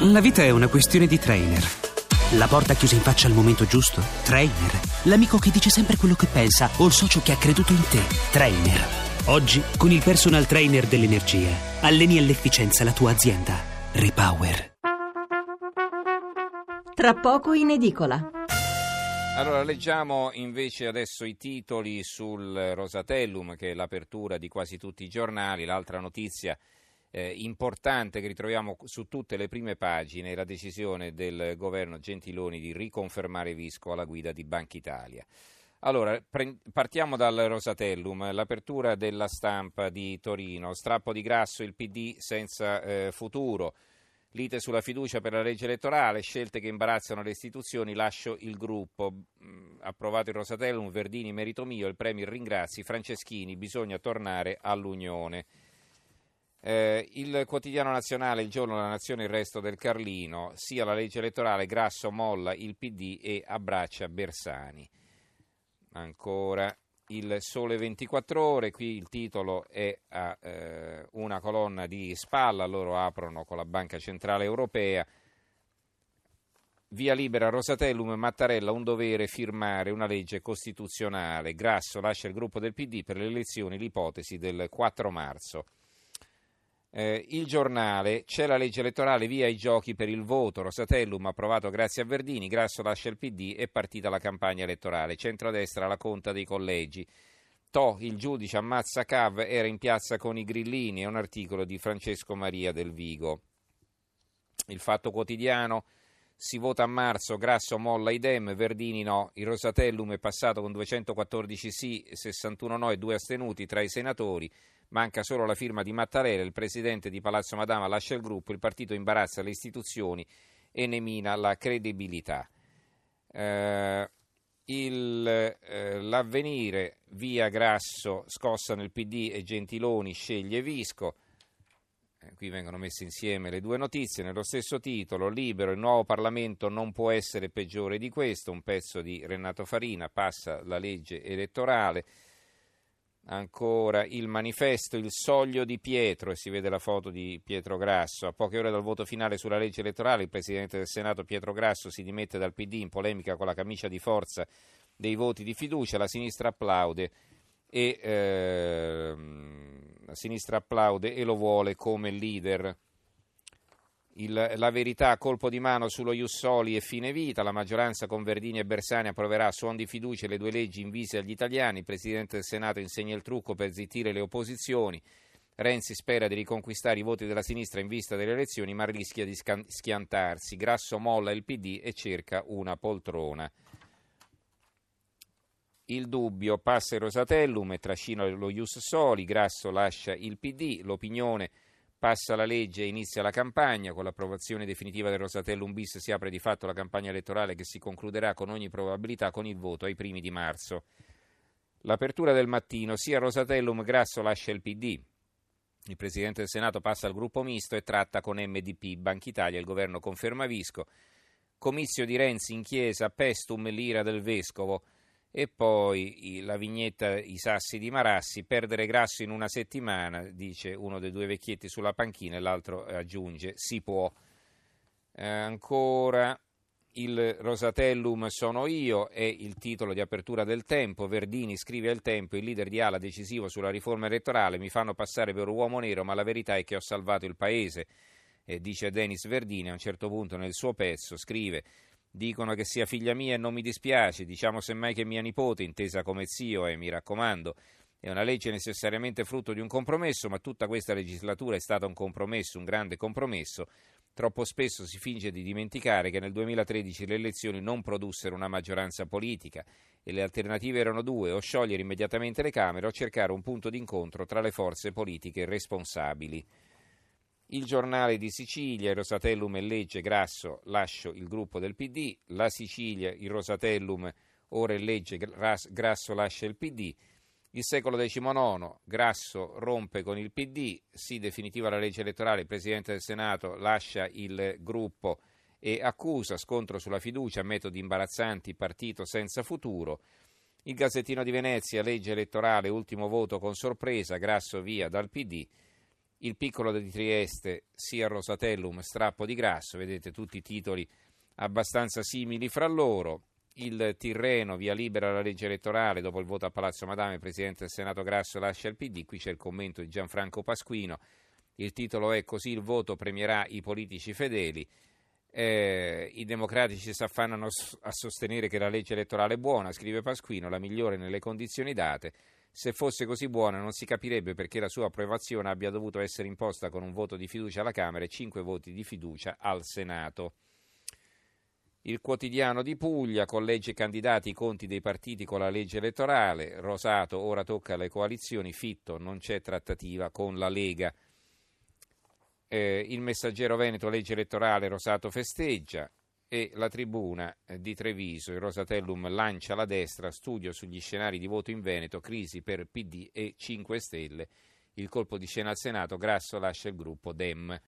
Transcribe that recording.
La vita è una questione di trainer. La porta chiusa in faccia al momento giusto? Trainer. L'amico che dice sempre quello che pensa o il socio che ha creduto in te? Trainer. Oggi, con il personal trainer dell'energia, alleni all'efficienza la tua azienda. Repower. Tra poco in edicola. Allora, leggiamo invece adesso i titoli sul Rosatellum, che è l'apertura di quasi tutti i giornali. L'altra notizia importante che ritroviamo su tutte le prime pagine è la decisione del governo Gentiloni di riconfermare Visco alla guida di Banca Italia. Allora, partiamo dal Rosatellum, l'apertura della Stampa di Torino, strappo di Grasso, il PD senza futuro, lite sulla fiducia per la legge elettorale, scelte che imbarazzano le istituzioni, lascio il gruppo, approvato il Rosatellum, Verdini merito mio, il Premier ringrazi, Franceschini, bisogna tornare all'Unione. Il Quotidiano Nazionale, Il Giorno, La Nazione, il resto del Carlino, sia la legge elettorale, Grasso molla il PD e abbraccia Bersani. Ancora il Sole 24 Ore, qui il titolo è a una colonna di spalla, loro aprono con la Banca Centrale Europea, via libera Rosatellum, Mattarella un dovere firmare una legge costituzionale, Grasso lascia il gruppo del PD per le elezioni, l'ipotesi del 4 marzo. Il Giornale, c'è la legge elettorale, via i giochi per il voto, Rosatellum approvato grazie a Verdini, Grasso lascia il PD e partita la campagna elettorale, centrodestra alla conta dei collegi, il giudice ammazza Cav, era in piazza con i grillini, è un articolo di Francesco Maria Del Vigo. Il Fatto Quotidiano, si vota a marzo, Grasso molla i Dem, Verdini no, il Rosatellum è passato con 214 sì, 61 no e 2 astenuti tra i senatori, manca solo la firma di Mattarella, il presidente di Palazzo Madama lascia il gruppo, il partito imbarazza le istituzioni e ne mina la credibilità. L'Avvenire, via Grasso, scossa nel PD e Gentiloni sceglie Visco. Qui vengono messe insieme le due notizie, nello stesso titolo, Libero, il nuovo Parlamento non può essere peggiore di questo, un pezzo di Renato Farina, passa la legge elettorale. Ancora il Manifesto, il soglio di Pietro, e si vede la foto di Pietro Grasso. A poche ore dal voto finale sulla legge elettorale, il Presidente del Senato Pietro Grasso si dimette dal PD in polemica con la camicia di forza dei voti di fiducia, la sinistra applaude e lo vuole come leader. La Verità, colpo di mano sullo Ius Soli e fine vita, la maggioranza con Verdini e Bersani approverà a suon di fiducia le due leggi invise agli italiani, il Presidente del Senato insegna il trucco per zittire le opposizioni, Renzi spera di riconquistare i voti della sinistra in vista delle elezioni ma rischia di schiantarsi, Grasso molla il PD e cerca una poltrona. Il Dubbio, passa il Rosatellum e trascina lo Ius Soli, Grasso lascia il PD, l'Opinione, passa la legge e inizia la campagna, con l'approvazione definitiva del Rosatellum bis si apre di fatto la campagna elettorale che si concluderà con ogni probabilità con il voto ai primi di marzo. L'apertura del Mattino, sia Rosatellum, Grasso lascia il PD, il Presidente del Senato passa al gruppo misto e tratta con MDP, Banca Italia, il governo conferma Visco, comizio di Renzi in chiesa, pestum l'ira del vescovo, e poi la vignetta I sassi di Marassi, perdere Grasso in una settimana, dice uno dei due vecchietti sulla panchina e l'altro aggiunge si può. Ancora il Rosatellum sono io è il titolo di apertura del Tempo, Verdini scrive al Tempo, il leader di Ala decisivo sulla riforma elettorale, mi fanno passare per uomo nero ma la verità è che ho salvato il paese, dice Denis Verdini a un certo punto nel suo pezzo, scrive dicono che sia figlia mia e non mi dispiace, diciamo semmai che mia nipote, intesa come zio, mi raccomando, è una legge necessariamente frutto di un compromesso, ma tutta questa legislatura è stata un compromesso, un grande compromesso. Troppo spesso si finge di dimenticare che nel 2013 le elezioni non produssero una maggioranza politica e le alternative erano due, o sciogliere immediatamente le Camere o cercare un punto d'incontro tra le forze politiche responsabili. Il Giornale di Sicilia, il Rosatellum e legge, Grasso, lascio il gruppo del PD, la Sicilia, il Rosatellum, ora è legge, Grasso lascia il PD, il Secolo XIX, Grasso rompe con il PD, sì definitiva la legge elettorale, il Presidente del Senato lascia il gruppo e accusa, scontro sulla fiducia, metodi imbarazzanti, partito senza futuro, il Gazzettino di Venezia, legge elettorale, ultimo voto con sorpresa, Grasso via dal PD, Il piccolo di Trieste, sia Rosatellum, strappo di Grasso, vedete tutti i titoli abbastanza simili fra loro. Il Tirreno, via libera alla legge elettorale, dopo il voto a Palazzo Madama, il Presidente del Senato Grasso lascia il PD, qui c'è il commento di Gianfranco Pasquino, il titolo è "Così il voto premierà i politici fedeli". I democratici si affannano a sostenere che la legge elettorale è buona, scrive Pasquino, la migliore nelle condizioni date. Se fosse così buona non si capirebbe perché la sua approvazione abbia dovuto essere imposta con un voto di fiducia alla Camera e 5 voti di fiducia al Senato. Il Quotidiano di Puglia, collegi e candidati, i conti dei partiti con la legge elettorale. Rosato, ora tocca alle coalizioni. Fitto, non c'è trattativa con la Lega. Il Messaggero Veneto, legge elettorale, Rosato festeggia. E la Tribuna di Treviso, il Rosatellum lancia la destra, studio sugli scenari di voto in Veneto, crisi per PD e 5 Stelle. Il colpo di scena al Senato, Grasso lascia il gruppo Dem.